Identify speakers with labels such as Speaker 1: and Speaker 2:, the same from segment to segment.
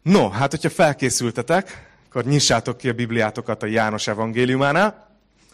Speaker 1: No, hát hogyha felkészültetek, akkor nyissátok ki a Bibliátokat a János evangéliumánál.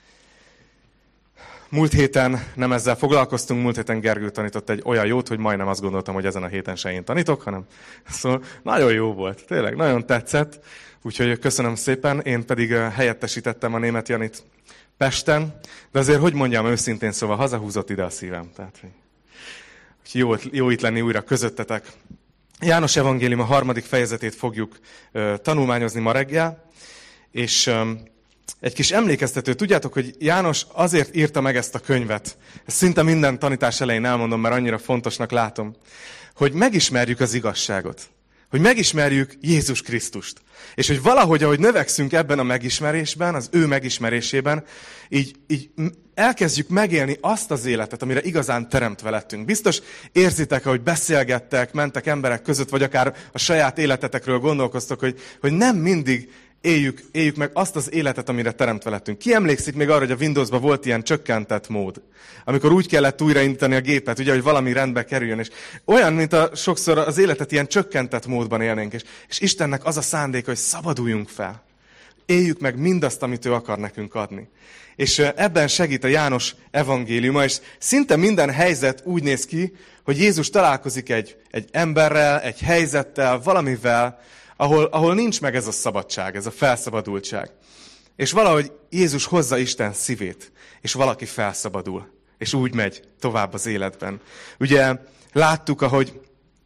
Speaker 1: Múlt héten nem ezzel foglalkoztunk, múlt héten Gergő tanított egy olyan jót, hogy majdnem azt gondoltam, hogy ezen a héten se én tanítok, hanem szóval nagyon jó volt, tényleg, nagyon tetszett. Úgyhogy köszönöm szépen, én pedig helyettesítettem a Németh Janit Pesten, de azért, hogy mondjam őszintén, szóval hazahúzott ide a szívem. Tehát, jó itt lenni újra közöttetek. János evangélium a 3. fejezetét fogjuk tanulmányozni ma reggel, és egy kis emlékeztető. Tudjátok, hogy János azért írta meg ezt a könyvet, ezt szinte minden tanítás elején elmondom, mert annyira fontosnak látom, hogy megismerjük az igazságot, hogy megismerjük Jézus Krisztust, és hogy valahogy, ahogy növekszünk ebben a megismerésben, az ő megismerésében, így elkezdjük megélni azt az életet, amire igazán teremtve lettünk. Biztos érzitek, ahogy beszélgettek, mentek emberek között, vagy akár a saját életetekről gondolkoztok, hogy nem mindig éljük meg azt az életet, amire teremtve lettünk. Ki emlékszik még arra, hogy a Windowsban volt ilyen csökkentett mód, amikor úgy kellett újraindítani a gépet, ugye, hogy valami rendbe kerüljön, és olyan, mint sokszor az életet ilyen csökkentett módban élnénk, és Istennek az a szándéka, hogy szabaduljunk fel. Éljük meg mindazt, amit ő akar nekünk adni. És ebben segít a János evangéliuma, és szinte minden helyzet úgy néz ki, hogy Jézus találkozik egy emberrel, egy helyzettel, valamivel, ahol nincs meg ez a szabadság, ez a felszabadultság. És valahogy Jézus hozza Isten szívét, és valaki felszabadul, és úgy megy tovább az életben. Ugye láttuk, ahogy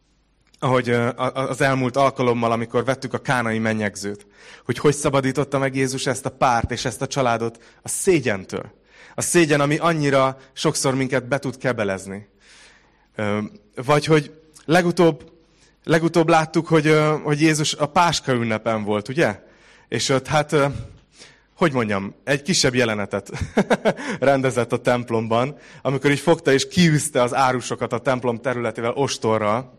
Speaker 1: az elmúlt alkalommal, amikor vettük a kánai mennyegzőt, hogy szabadította meg Jézus ezt a párt és ezt a családot a szégyentől. A szégyen, ami annyira sokszor minket be tud kebelezni. Vagy hogy legutóbb láttuk, hogy Jézus a Páska ünnepen volt, ugye? És ott egy kisebb jelenetet rendezett a templomban, amikor így fogta és kiűzte az árusokat a templom területével ostorral.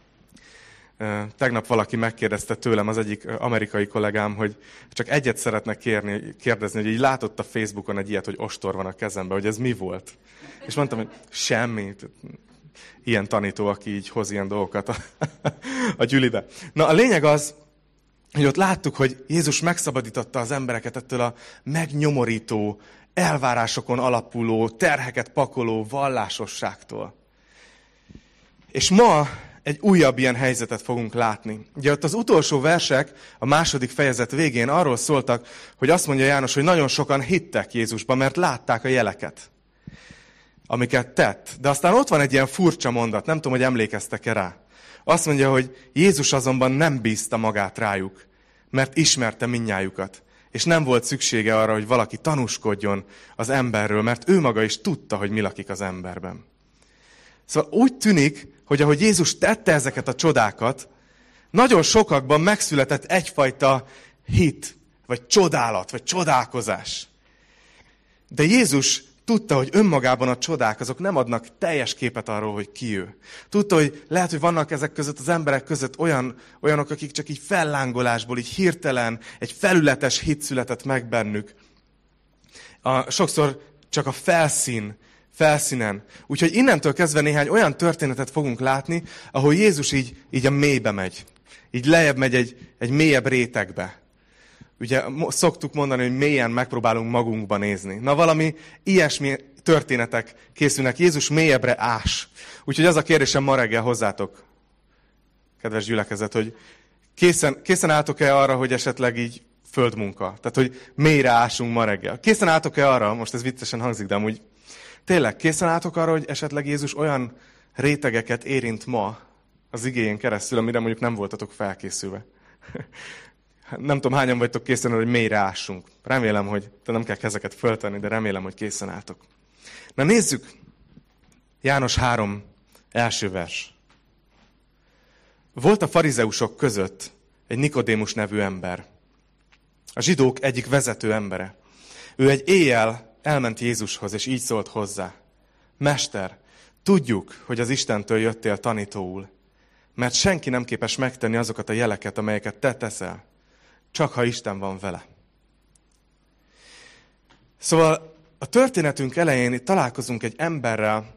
Speaker 1: Tegnap valaki megkérdezte tőlem, az egyik amerikai kollégám, hogy csak egyet szeretne kérdezni, hogy így látott a Facebookon egy ilyet, hogy ostor van a kezemben, hogy ez mi volt. És mondtam, hogy semmi. Ilyen tanító, aki így hoz ilyen dolgokat a gyülibe. Na, a lényeg az, hogy ott láttuk, hogy Jézus megszabadította az embereket ettől a megnyomorító, elvárásokon alapuló, terheket pakoló vallásosságtól. És ma egy újabb ilyen helyzetet fogunk látni. Ugye ott az utolsó versek, a 2. fejezet végén arról szóltak, hogy azt mondja János, hogy nagyon sokan hittek Jézusban, mert látták a jeleket, amiket tett. De aztán ott van egy ilyen furcsa mondat, nem tudom, hogy emlékeztek-e rá. Azt mondja, hogy Jézus azonban nem bízta magát rájuk, mert ismerte mindnyájukat. És nem volt szüksége arra, hogy valaki tanúskodjon az emberről, mert ő maga is tudta, hogy mi lakik az emberben. Szóval úgy tűnik, hogy ahogy Jézus tette ezeket a csodákat, nagyon sokakban megszületett egyfajta hit, vagy csodálat, vagy csodálkozás. De Jézus tudta, hogy önmagában a csodák azok nem adnak teljes képet arról, hogy ki ő. Tudta, hogy lehet, hogy vannak ezek között, az emberek között olyanok, akik csak így fellángolásból, így hirtelen, egy felületes hit született meg bennük. Sokszor csak a felszínen. Úgyhogy innentől kezdve néhány olyan történetet fogunk látni, ahol Jézus így a mélybe megy. Így lejjebb megy egy mélyebb rétegbe. Ugye szoktuk mondani, hogy mélyen megpróbálunk magunkba nézni. Na valami ilyesmi történetek készülnek. Jézus mélyebbre ás. Úgyhogy az a kérdésem ma reggel hozzátok, kedves gyülekezet, hogy készen álltok-e arra, hogy esetleg így földmunka? Tehát, hogy mélyre ásunk ma reggel. Készen álltok-e arra, most ez viccesen hangzik, de amúgy tényleg készen álltok arra, hogy esetleg Jézus olyan rétegeket érint ma az igéjén keresztül, amire mondjuk nem voltatok felkészülve. Nem tudom, hányan vagytok készen arra, hogy mélyre ássunk. Remélem, hogy nem kell kezeket föltenni, de remélem, hogy készen álltok. Na nézzük, János 3, első vers. Volt a farizeusok között egy Nikodémus nevű ember. A zsidók egyik vezető embere. Ő egy éjjel elment Jézushoz, és így szólt hozzá. Mester, tudjuk, hogy az Istentől jöttél tanítóul, mert senki nem képes megtenni azokat a jeleket, amelyeket te teszel, csak ha Isten van vele. Szóval a történetünk elején itt találkozunk egy emberrel,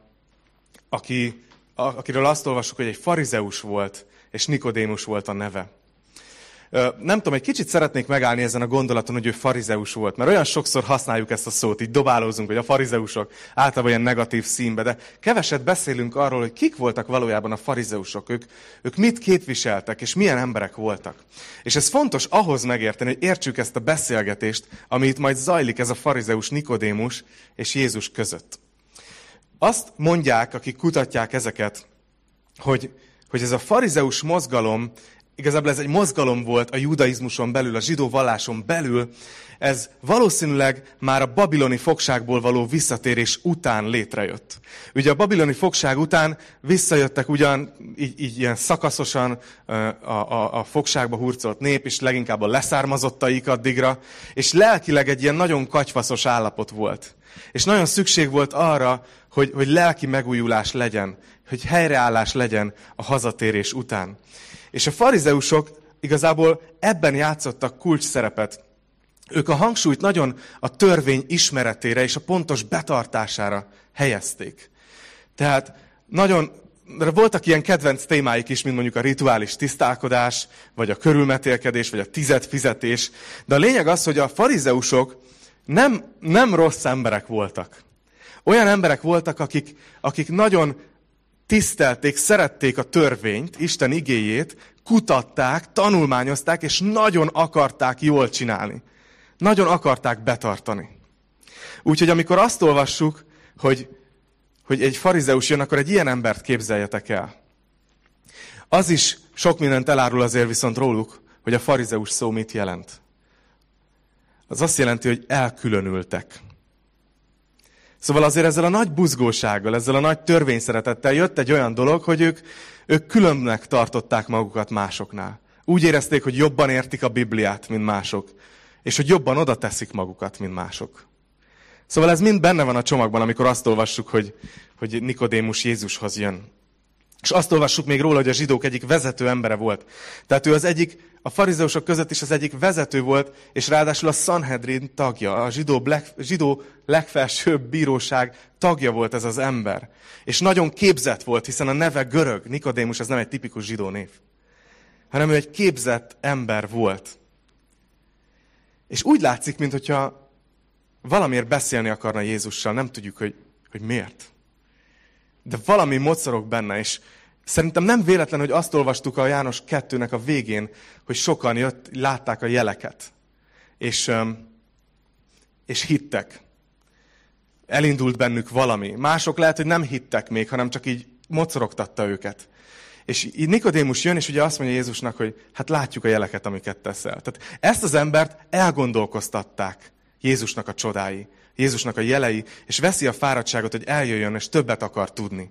Speaker 1: akiről azt olvassuk, hogy egy farizeus volt, és Nikodémus volt a neve. Nem tudom, egy kicsit szeretnék megállni ezen a gondolaton, hogy ő farizeus volt, mert olyan sokszor használjuk ezt a szót, így dobálózunk, hogy a farizeusok általában ilyen negatív színbe, de keveset beszélünk arról, hogy kik voltak valójában a farizeusok, ők mit képviseltek, és milyen emberek voltak. És ez fontos ahhoz megérteni, hogy értsük ezt a beszélgetést, ami itt majd zajlik, ez a farizeus Nikodémus és Jézus között. Azt mondják, akik kutatják ezeket, hogy ez a farizeus mozgalom, igazából ez egy mozgalom volt a judaizmuson belül, a zsidó valláson belül, ez valószínűleg már a babiloni fogságból való visszatérés után létrejött. Ugye a babiloni fogság után visszajöttek ugyan így ilyen szakaszosan a fogságba hurcolt nép, és leginkább a leszármazottaik addigra, és lelkileg egy ilyen nagyon katyfaszos állapot volt. És nagyon szükség volt arra, hogy lelki megújulás legyen, hogy helyreállás legyen a hazatérés után. És a farizeusok igazából ebben játszottak kulcs szerepet. Ők a hangsúlyt nagyon a törvény ismeretére és a pontos betartására helyezték. Tehát voltak ilyen kedvenc témáik is, mint mondjuk a rituális tisztálkodás, vagy a körülmetélkedés, vagy a tizedfizetés. De a lényeg az, hogy a farizeusok nem rossz emberek voltak. Olyan emberek voltak, akik nagyon tisztelték, szerették a törvényt, Isten igéjét, kutatták, tanulmányozták, és nagyon akarták jól csinálni. Nagyon akarták betartani. Úgyhogy amikor azt olvassuk, hogy egy farizeus jön, akkor egy ilyen embert képzeljetek el. Az is sok mindent elárul azért viszont róluk, hogy a farizeus szó mit jelent. Az azt jelenti, hogy elkülönültek. Szóval azért ezzel a nagy buzgósággal, ezzel a nagy törvényszeretettel jött egy olyan dolog, hogy ők különbnek tartották magukat másoknál. Úgy érezték, hogy jobban értik a Bibliát, mint mások. És hogy jobban oda teszik magukat, mint mások. Szóval ez mind benne van a csomagban, amikor azt olvassuk, hogy Nikodémus Jézushoz jön. És azt olvassuk még róla, hogy a zsidók egyik vezető embere volt. Tehát ő a farizeusok között is az egyik vezető volt, és ráadásul a Sanhedrin tagja, a zsidó legfelsőbb bíróság tagja volt ez az ember. És nagyon képzett volt, hiszen a neve görög. Nikodémus, ez nem egy tipikus zsidó név, hanem ő egy képzett ember volt. És úgy látszik, mintha valamiért beszélni akarna Jézussal, nem tudjuk, hogy miért. De valami mocorog benne, és szerintem nem véletlen, hogy azt olvastuk a János 2-nek a végén, hogy sokan látták a jeleket, és hittek. Elindult bennük valami. Mások lehet, hogy nem hittek még, hanem csak így mocorogtatta őket. És így Nikodémus jön, és ugye azt mondja Jézusnak, hogy hát látjuk a jeleket, amiket teszel. Tehát ezt az embert elgondolkoztatták Jézusnak a csodái, Jézusnak a jelei, és veszi a fáradtságot, hogy eljöjjön, és többet akar tudni.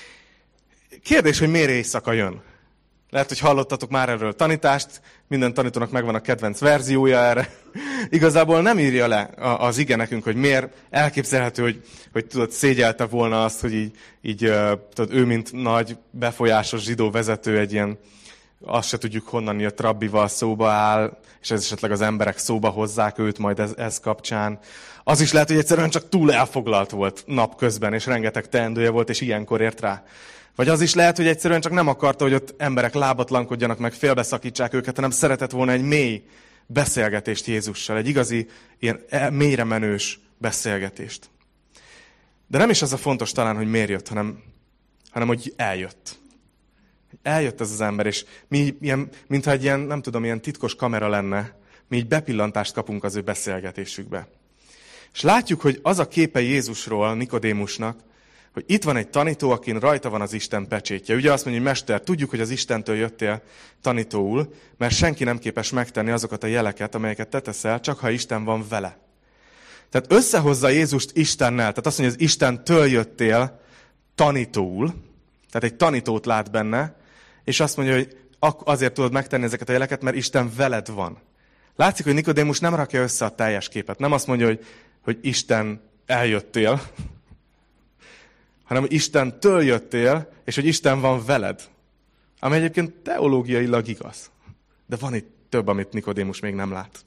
Speaker 1: Kérdés, hogy miért éjszaka jön? Lehet, hogy hallottatok már erről tanítást, minden tanítónak megvan a kedvenc verziója erre. Igazából nem írja le az ige nekünk, hogy miért. Elképzelhető, hogy tudod, szégyelte volna azt, hogy így tudod, ő, mint nagy, befolyásos zsidó vezető, egy ilyen, azt se tudjuk honnan jött rabbival szóba áll, és ez esetleg az emberek szóba hozzák őt majd ez kapcsán. Az is lehet, hogy egyszerűen csak túl elfoglalt volt napközben, és rengeteg teendője volt, és ilyenkor ért rá. Vagy az is lehet, hogy egyszerűen csak nem akarta, hogy ott emberek lábatlankodjanak meg, félbeszakítsák őket, hanem szeretett volna egy mély beszélgetést Jézussal, egy igazi, ilyen mélyre menős beszélgetést. De nem is az a fontos talán, hogy miért jött, hanem hogy eljött. Eljött ez az ember, és mi mintha egy ilyen, nem tudom, ilyen titkos kamera lenne, mi így bepillantást kapunk az ő beszélgetésükbe. És látjuk, hogy az a képe Jézusról, Nikodémusnak, hogy itt van egy tanító, akin rajta van az Isten pecsétje. Ugye azt mondja, hogy mester, tudjuk, hogy az Istentől jöttél tanítóul, mert senki nem képes megtenni azokat a jeleket, amelyeket te teszel, csak ha Isten van vele. Tehát összehozza Jézust Istennel, tehát azt mondja, hogy az Istentől jöttél tanítóul, tehát egy tanítót lát benne, és azt mondja, hogy azért tudod megtenni ezeket a jeleket, mert Isten veled van. Látszik, hogy Nikodémus nem rakja össze a teljes képet. Nem azt mondja, hogy Isten eljöttél, hanem hogy Istentől jöttél, és hogy Isten van veled. Ami egyébként teológiailag igaz. De van itt több, amit Nikodémus még nem lát.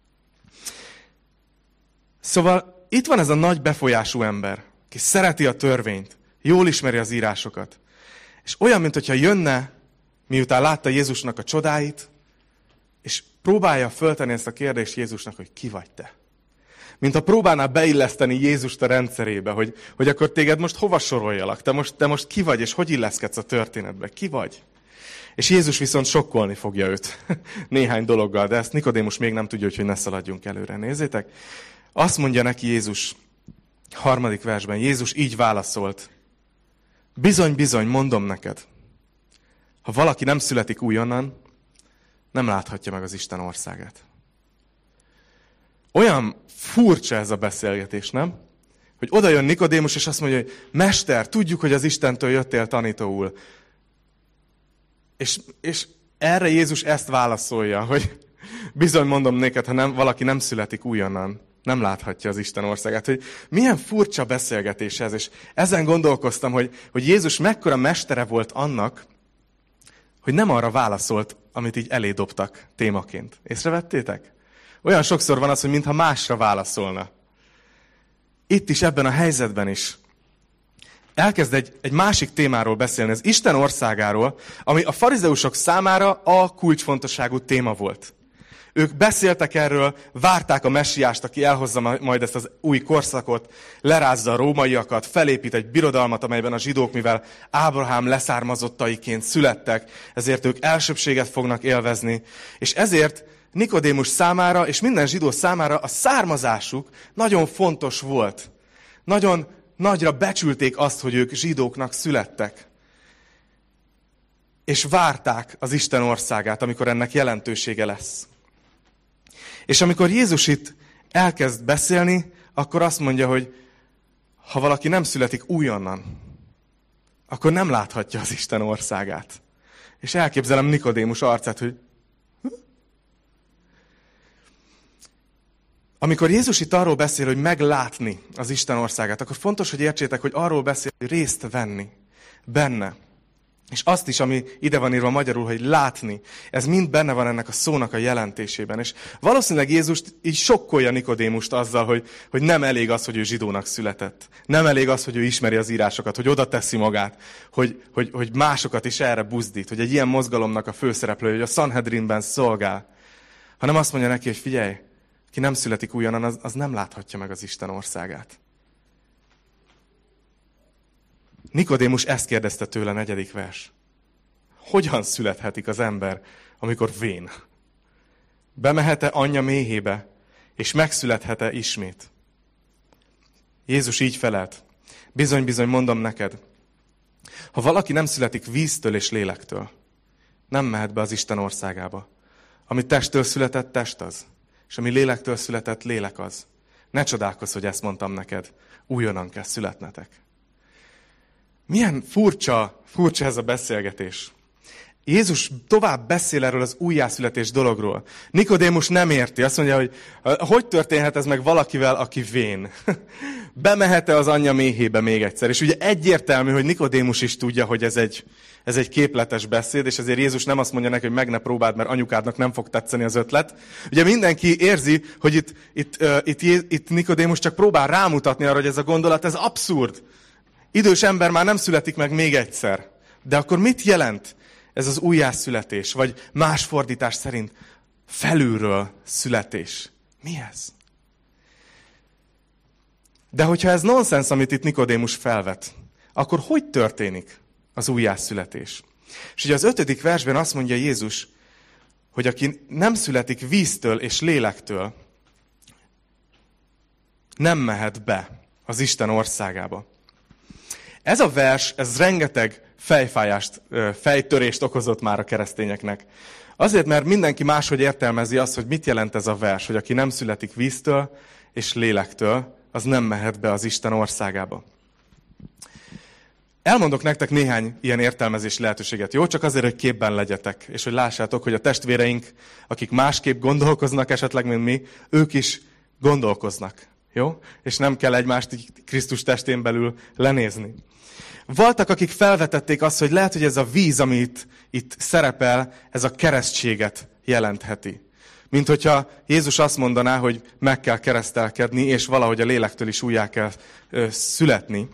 Speaker 1: Szóval itt van ez a nagy befolyású ember, aki szereti a törvényt, jól ismeri az írásokat. És olyan, mintha jönne, miután látta Jézusnak a csodáit, És próbálja föltenni ezt a kérdést Jézusnak, hogy ki vagy te. Mint ha próbálná beilleszteni Jézust a rendszerébe, hogy akkor téged most hova soroljalak? Te most ki vagy, és hogy illeszkedsz a történetbe? Ki vagy? És Jézus viszont sokkolni fogja őt néhány dologgal, de ezt Nikodémus még nem tudja, hogy ne szaladjunk előre. Nézzétek, azt mondja neki Jézus, 3. versben, Jézus így válaszolt. Bizony, bizony, mondom neked, ha valaki nem születik újonnan, nem láthatja meg az Isten országát. Olyan furcsa ez a beszélgetés, nem? Hogy oda jön Nikodémus, és azt mondja, hogy Mester, tudjuk, hogy az Istentől jöttél tanítóul. És erre Jézus ezt válaszolja, hogy bizony mondom néked, ha valaki nem születik újonnan, nem láthatja az Isten országát. Hogy milyen furcsa beszélgetés ez, és ezen gondolkoztam, hogy Jézus mekkora mestere volt annak, hogy nem arra válaszolt, amit így elé dobtak témaként. Észrevettétek? Olyan sokszor van az, hogy mintha másra válaszolna. Itt is, ebben a helyzetben is. Elkezd egy másik témáról beszélni, az Isten országáról, ami a farizeusok számára a kulcsfontosságú téma volt. Ők beszéltek erről, várták a messiást, aki elhozza majd ezt az új korszakot, lerázza a rómaiakat, felépít egy birodalmat, amelyben a zsidók, mivel Ábrahám leszármazottaiként születtek, ezért ők elsőbbséget fognak élvezni, és ezért Nikodémus számára és minden zsidó számára a származásuk nagyon fontos volt. Nagyon nagyra becsülték azt, hogy ők zsidóknak születtek. És várták az Isten országát, amikor ennek jelentősége lesz. És amikor Jézus itt elkezd beszélni, akkor azt mondja, hogy ha valaki nem születik újonnan, akkor nem láthatja az Isten országát. És elképzelem Nikodémus arcát, hogy amikor Jézus itt arról beszél, hogy meglátni az Isten országát, akkor fontos, hogy értsétek, hogy arról beszél, hogy részt venni benne. És azt is, ami ide van írva magyarul, hogy látni, ez mind benne van ennek a szónak a jelentésében. És valószínűleg Jézus így sokkolja Nikodémust azzal, hogy nem elég az, hogy ő zsidónak született. Nem elég az, hogy ő ismeri az írásokat, hogy oda teszi magát, hogy másokat is erre buzdít, hogy egy ilyen mozgalomnak a főszereplője, hogy a Sanhedrinben szolgál. Hanem azt mondja neki, hogy figyelj, ki nem születik újonnan, az nem láthatja meg az Isten országát. Nikodémus ezt kérdezte tőle, 4. vers. Hogyan születhetik az ember, amikor vén? Bemehet-e anyja méhébe, és megszülethet-e ismét? Jézus így felelt. Bizony, bizony, mondom neked, ha valaki nem születik víztől és lélektől, nem mehet be az Isten országába. Ami testtől született, test az. És ami lélektől született, lélek az. Ne csodálkozz, hogy ezt mondtam neked. Újonnan kell születnetek. Milyen furcsa ez a beszélgetés. Jézus tovább beszél erről az újjászületés dologról. Nikodémus nem érti. Azt mondja, hogy történhet ez meg valakivel, aki vén? Bemehet-e az anyja méhébe még egyszer? És ugye egyértelmű, hogy Nikodémus is tudja, hogy ez egy képletes beszéd, és ezért Jézus nem azt mondja neki, hogy meg ne próbáld, mert anyukádnak nem fog tetszeni az ötlet. Ugye mindenki érzi, hogy itt Nikodémus csak próbál rámutatni arra, hogy ez a gondolat, ez abszurd. Idős ember már nem születik meg még egyszer. De akkor mit jelent ez az újjászületés? Vagy más fordítás szerint felülről születés. Mi ez? De hogyha ez nonsens, amit itt Nikodémus felvet, akkor hogy történik az újjászületés? És ugye az 5. versben azt mondja Jézus, hogy aki nem születik víztől és lélektől, nem mehet be az Isten országába. Ez a vers, ez rengeteg fejfájást, fejtörést okozott már a keresztényeknek. Azért, mert mindenki máshogy értelmezi azt, hogy mit jelent ez a vers, hogy aki nem születik víztől és lélektől, az nem mehet be az Isten országába. Elmondok nektek néhány ilyen értelmezési lehetőséget, jó? Csak azért, hogy képben legyetek, és hogy lássátok, hogy a testvéreink, akik másképp gondolkoznak esetleg, mint mi, ők is gondolkoznak, jó? És nem kell egymást így Krisztus testén belül lenézni. Voltak, akik felvetették azt, hogy lehet, hogy ez a víz, ami itt szerepel, ez a keresztséget jelentheti. Mint hogyha Jézus azt mondaná, hogy meg kell keresztelkedni, és valahogy a lélektől is újjá kell születni.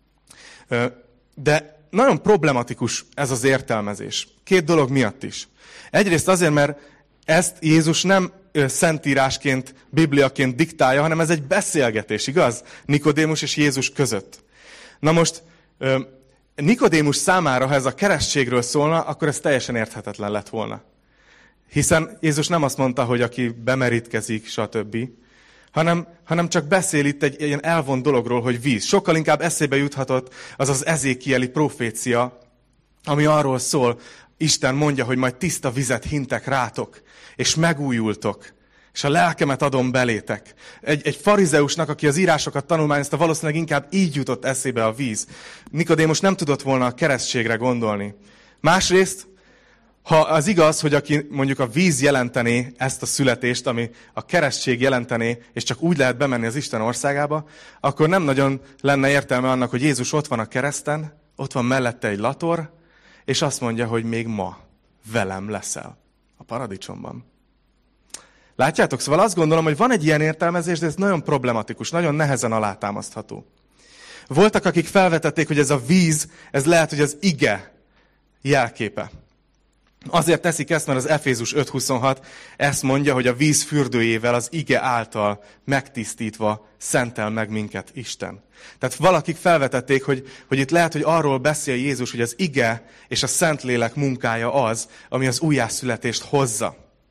Speaker 1: De nagyon problematikus ez az értelmezés. 2 dolog miatt is. Egyrészt azért, mert ezt Jézus nem szentírásként, bibliaként diktálja, hanem ez egy beszélgetés, igaz? Nikodémus és Jézus között. Na most, Nikodémus számára, ha ez a keresztségről szólna, akkor ez teljesen érthetetlen lett volna. Hiszen Jézus nem azt mondta, hogy aki bemerítkezik, stb., hanem csak beszél itt egy ilyen elvont dologról, hogy víz. Sokkal inkább eszébe juthatott az az ezékieli profécia, ami arról szól, Isten mondja, hogy majd tiszta vizet hintek rátok, és megújultok, és a lelkemet adom belétek. Egy farizeusnak, aki az írásokat tanulmányozta, valószínűleg inkább így jutott eszébe a víz. Nikodémus nem tudott volna a keresztségre gondolni. Másrészt, ha az igaz, hogy aki mondjuk a víz jelentené ezt a születést, ami a keresztség jelentené, és csak úgy lehet bemenni az Isten országába, akkor nem nagyon lenne értelme annak, hogy Jézus ott van a kereszten, ott van mellette egy lator, és azt mondja, hogy még ma velem leszel a paradicsomban. Látjátok? Szóval azt gondolom, hogy van egy ilyen értelmezés, de ez nagyon problematikus, nagyon nehezen alátámasztható. Voltak, akik felvetették, hogy ez a víz, ez lehet, hogy az ige jelképe. Azért teszik ezt, mert az Efézus 5.26 ezt mondja, hogy a víz fürdőjével az ige által megtisztítva szentel meg minket Isten. Tehát valakik felvetették, hogy itt lehet, hogy arról beszél Jézus, hogy az ige és a Szentlélek munkája az, ami az újjászületést hozza.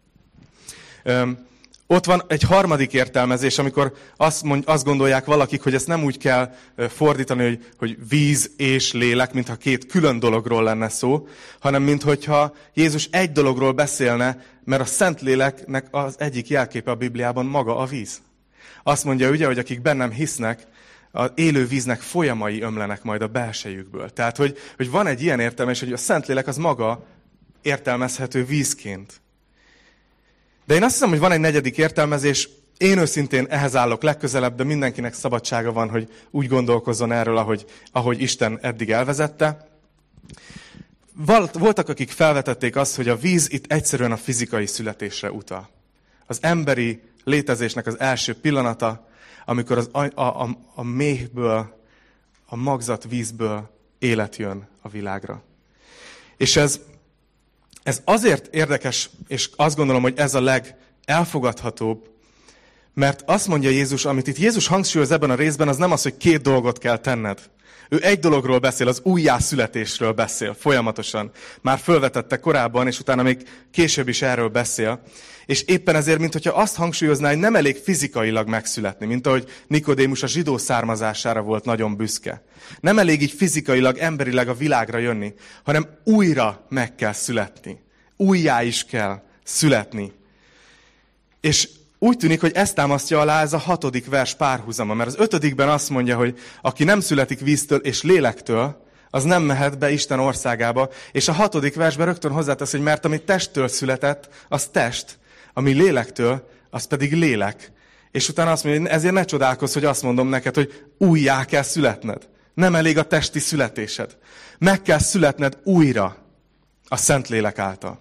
Speaker 1: Ott van egy harmadik értelmezés, amikor azt gondolják valakik, hogy ezt nem úgy kell fordítani, hogy víz és lélek, mintha két külön dologról lenne szó, hanem minthogyha Jézus egy dologról beszélne, mert a Szentléleknek az egyik jelképe a Bibliában maga a víz. Azt mondja ugye, hogy akik bennem hisznek, az élő víznek folyamai ömlenek majd a belsejükből. Tehát, hogy van egy ilyen értelmezés, hogy a Szentlélek az maga értelmezhető vízként. De én azt hiszem, hogy van egy negyedik értelmezés, én őszintén ehhez állok legközelebb, de mindenkinek szabadsága van, hogy úgy gondolkozzon erről, ahogy Isten eddig elvezette. Voltak, akik felvetették azt, hogy a víz itt egyszerűen a fizikai születésre utal. Az emberi létezésnek az első pillanata, amikor a méhből, a magzat vízből élet jön a világra. És ez azért érdekes, és azt gondolom, hogy ez a legelfogadhatóbb, mert azt mondja Jézus, amit itt Jézus hangsúlyoz ebben a részben, az nem az, hogy két dolgot kell tenned. Ő egy dologról beszél, az újjászületésről beszél folyamatosan. Már fölvetette korábban, és utána még később is erről beszél. És éppen ezért, mintha azt hangsúlyozná, hogy nem elég fizikailag megszületni, mint ahogy Nikodémus a zsidó származására volt nagyon büszke. Nem elég így fizikailag, emberileg a világra jönni, hanem újra meg kell születni. Újjá is kell születni. És úgy tűnik, hogy ezt támasztja alá ez a 6. vers párhuzama, mert az 5. azt mondja, hogy aki nem születik víztől és lélektől, az nem mehet be Isten országába, és a 6. versben rögtön hozzátesz, hogy mert ami testtől született, az test, ami lélektől, az pedig lélek. És utána azt mondja, hogy ezért ne csodálkozz, hogy azt mondom neked, hogy újjá kell születned. Nem elég a testi születésed. Meg kell születned újra a Szentlélek által.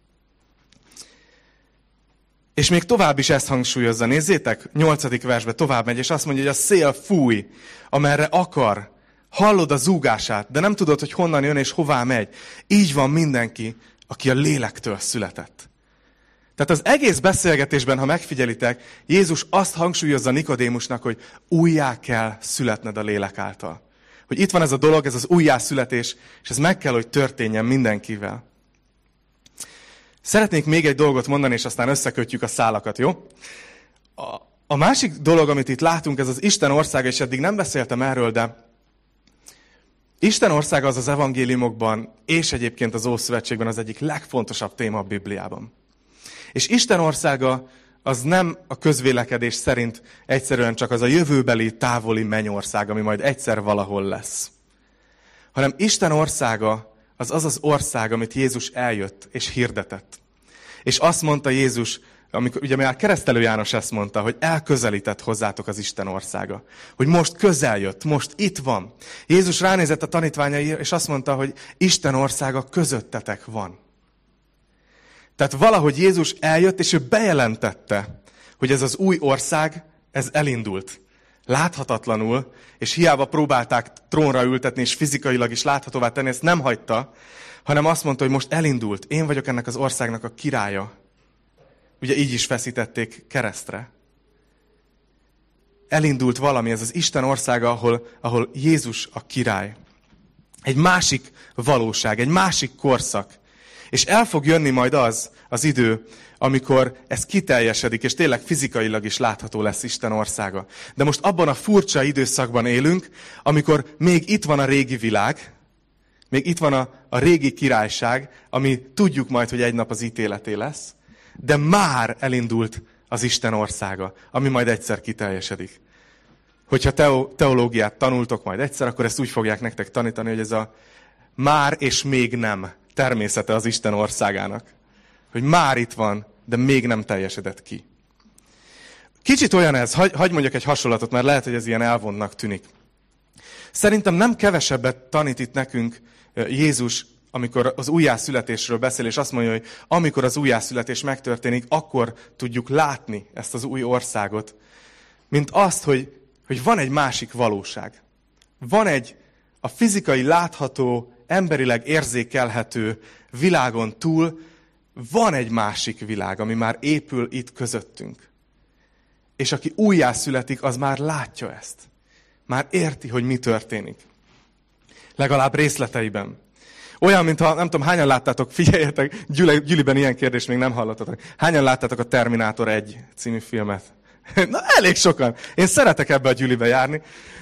Speaker 1: És még tovább is ezt hangsúlyozza. Nézzétek, 8. versbe tovább megy, és azt mondja, hogy a szél fúj, amerre akar. Hallod a zúgását, de nem tudod, hogy honnan jön és hová megy. Így van mindenki, aki a lélektől született. Tehát az egész beszélgetésben, ha megfigyelitek, Jézus azt hangsúlyozza Nikodémusnak, hogy újjá kell születned a lélek által. Hogy itt van ez a dolog, ez az újjászületés, és ez meg kell, hogy történjen mindenkivel. Szeretnék még egy dolgot mondani, és aztán összekötjük a szálakat, jó? A másik dolog, amit itt látunk, ez az Isten országa, és eddig nem beszéltem erről, de Isten országa az evangéliumokban, és egyébként az Ószövetségben az egyik legfontosabb téma a Bibliában. És Isten országa az nem a közvélekedés szerint egyszerűen csak az a jövőbeli, távoli mennyország, ami majd egyszer valahol lesz. Hanem Isten országa az az ország, amit Jézus eljött és hirdetett. És azt mondta Jézus, amikor ugye már Keresztelő János ezt mondta, hogy elközelített hozzátok az Isten országa. Hogy most közel jött, most itt van. Jézus ránézett a tanítványaira, és azt mondta, hogy Isten országa közöttetek van. Tehát valahogy Jézus eljött, és ő bejelentette, hogy ez az új ország, ez elindult. Láthatatlanul, és hiába próbálták trónra ültetni, és fizikailag is láthatóvá tenni, ezt nem hagyta, hanem azt mondta, hogy most elindult. Én vagyok ennek az országnak a királya. ugye így is feszítették keresztre. Elindult valami, ez az Isten országa, ahol Jézus a király. Egy másik valóság, egy másik korszak. És el fog jönni majd az idő, amikor ez kiteljesedik, és tényleg fizikailag is látható lesz Isten országa. De most abban a furcsa időszakban élünk, amikor még itt van a régi világ, még itt van a régi királyság, ami tudjuk majd, hogy egy nap az ítéleté lesz, de már elindult az Isten országa, ami majd egyszer kiteljesedik. Hogyha teológiát tanultok majd egyszer, akkor ezt úgy fogják nektek tanítani, hogy ez a már és még nem természete az Isten országának. Hogy már itt van, de még nem teljesedett ki. Kicsit olyan ez, hagy mondjak egy hasonlatot, mert lehet, hogy ez ilyen elvontnak tűnik. Szerintem nem kevesebbet tanít itt nekünk Jézus, amikor az újjászületésről beszél, és azt mondja, hogy amikor az újjászületés megtörténik, akkor tudjuk látni ezt az új országot, mint azt, hogy van egy másik valóság. Van a fizikai látható, emberileg érzékelhető világon túl, van egy másik világ, ami már épül itt közöttünk. És aki újjászületik, az már látja ezt. Már érti, hogy mi történik. Legalább részleteiben. Olyan, mintha, nem tudom, hányan láttátok, figyeljetek, Gyüliben ilyen kérdést még nem hallottatok. Hányan láttátok a Terminátor 1 című filmet? Na, elég sokan. Én szeretek ebbe a Gyülibe járni.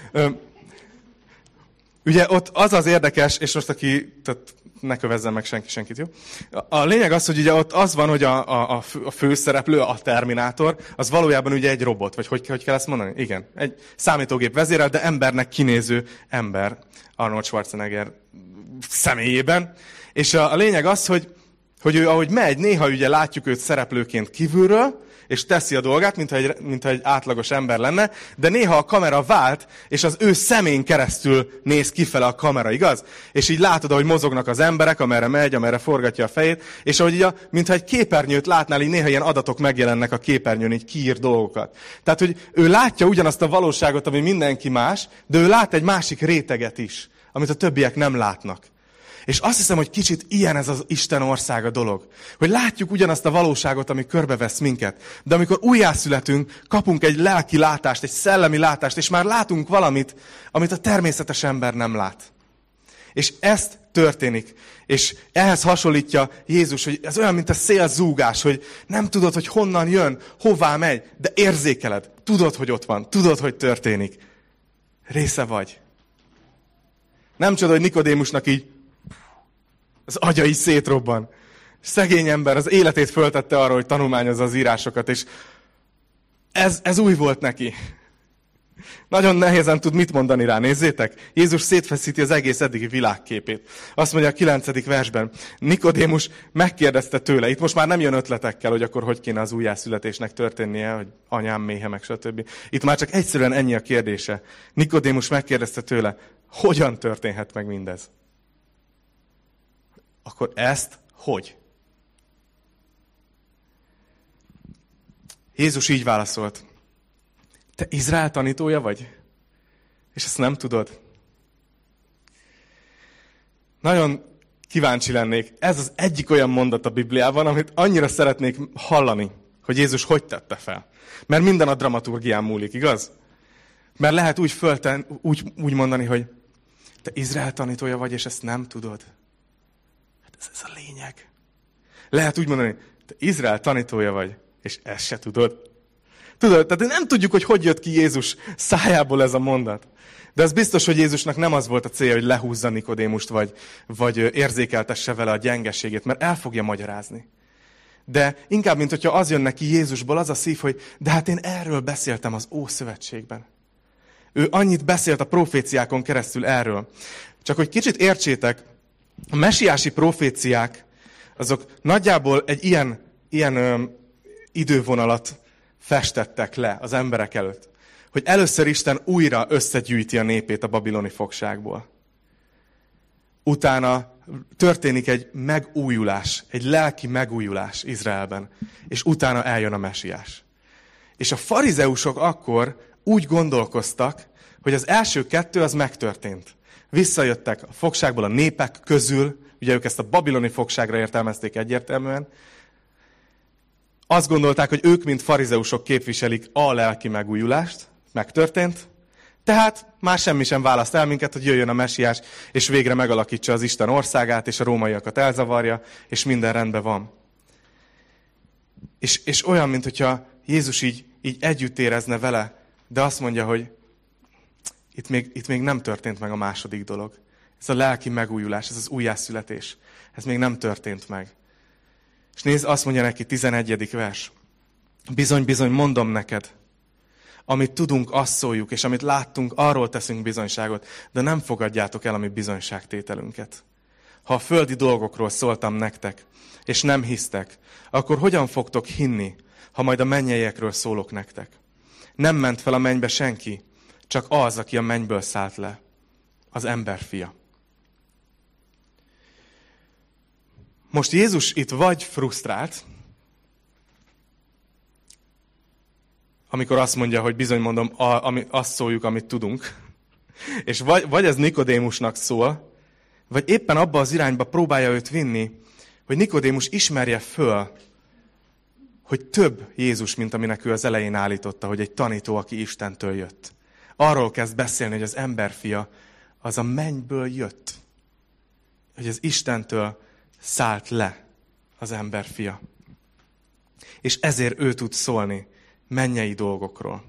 Speaker 1: Ugye ott az érdekes, és most tehát ne kövezzen meg senkit, jó? A lényeg az, hogy ugye ott az van, hogy a főszereplő, a Terminátor, az valójában ugye egy robot, vagy hogy kell ezt mondani? Igen, egy számítógép vezérel, de embernek kinéző ember, Arnold Schwarzenegger személyében. És a lényeg az, hogy ő ahogy megy, néha ugye látjuk őt szereplőként kívülről, és teszi a dolgát, mintha egy átlagos ember lenne, de néha a kamera vált, és az ő szemén keresztül néz kifele a kamera, igaz? És így látod, ahogy mozognak az emberek, amerre megy, amerre forgatja a fejét, és ahogy így mintha egy képernyőt látnál, így néha ilyen adatok megjelennek a képernyőn, így kiír dolgokat. Tehát, hogy ő látja ugyanazt a valóságot, ami mindenki más, de ő lát egy másik réteget is, amit a többiek nem látnak. És azt hiszem, hogy kicsit ilyen ez az Isten országa dolog. Hogy látjuk ugyanazt a valóságot, ami körbevesz minket. De amikor újjászületünk, kapunk egy lelki látást, egy szellemi látást, és már látunk valamit, amit a természetes ember nem lát. És ezt történik. És ehhez hasonlítja Jézus, hogy ez olyan, mint a szélzúgás, hogy nem tudod, hogy honnan jön, hová megy, de érzékeled. Tudod, hogy ott van. Tudod, hogy történik. Része vagy. Nem csoda, hogy Nikodémusnak így az agya is szétrobban. Szegény ember az életét föltette arra, hogy tanulmányozza az írásokat, és ez új volt neki. Nagyon nehézen tud mit mondani rá, nézzétek. Jézus szétfeszíti az egész eddigi világképét. Azt mondja a 9. versben, Nikodémus megkérdezte tőle, itt most már nem jön ötletekkel, hogy akkor hogy kéne az újjászületésnek történnie, hogy anyám méhe, meg stb. Itt már csak egyszerűen ennyi a kérdése. Nikodémus megkérdezte tőle, hogyan történhet meg mindez? Akkor ezt hogy? Jézus így válaszolt. Te Izrael tanítója vagy? És ezt nem tudod? Nagyon kíváncsi lennék. Ez az egyik olyan mondat a Bibliában, amit annyira szeretnék hallani, hogy Jézus hogy tette fel. Mert minden a dramaturgián múlik, igaz? Mert lehet úgy mondani, hogy te Izrael tanítója vagy, és ezt nem tudod. Ez a lényeg. Lehet úgy mondani, te Izrael tanítója vagy, és ezt se tudod. Tudod, tehát nem tudjuk, hogy jött ki Jézus szájából ez a mondat. De ez biztos, hogy Jézusnak nem az volt a célja, hogy lehúzza Nikodémust, vagy érzékeltesse vele a gyengeségét, mert el fogja magyarázni. De inkább, mint hogyha az jön neki Jézusból, az a szív, hogy de hát én erről beszéltem az Ószövetségben. Ő annyit beszélt a proféciákon keresztül erről. Csak hogy kicsit értsétek, a mesiási proféciák, azok nagyjából egy ilyen idővonalat festettek le az emberek előtt. Hogy először Isten újra összegyűjti a népét a babiloni fogságból. Utána történik egy megújulás, egy lelki megújulás Izraelben, és utána eljön a mesiás. És a farizeusok akkor úgy gondolkoztak, hogy az első kettő az megtörtént. Visszajöttek a fogságból a népek közül, ugye ők ezt a babiloni fogságra értelmezték egyértelműen, Azt gondolták, hogy ők, mint farizeusok képviselik a lelki megújulást, megtörtént, tehát már semmi sem választ el minket, hogy jöjjön a mesiás, és végre megalakítsa az Isten országát, és a rómaiakat elzavarja, és minden rendben van. És olyan, mintha Jézus így együtt érezne vele, de azt mondja, hogy itt még nem történt meg a második dolog. Ez a lelki megújulás, ez az újjászületés. Ez még nem történt meg. És nézd, azt mondja neki, 11. vers. Bizony, bizony, mondom neked, amit tudunk, azt szóljuk, és amit láttunk, arról teszünk bizonyságot, de nem fogadjátok el a mi bizonyságtételünket. Ha a földi dolgokról szóltam nektek, és nem hisztek, akkor hogyan fogtok hinni, ha majd a mennyeiekről szólok nektek? Nem ment fel a mennybe senki, csak az, aki a mennyből szállt le, az emberfia. Most Jézus itt vagy frusztrált, amikor azt mondja, hogy bizony mondom, azt szóljuk, amit tudunk, és vagy ez Nikodémusnak szól, vagy éppen abba az irányba próbálja őt vinni, hogy Nikodémus ismerje föl, hogy több Jézus, mint aminek ő az elején állította, hogy egy tanító, aki Istentől jött. Arról kezd beszélni, hogy az emberfia az a mennyből jött. Hogy az Istentől szállt le az emberfia. És ezért ő tud szólni mennyei dolgokról.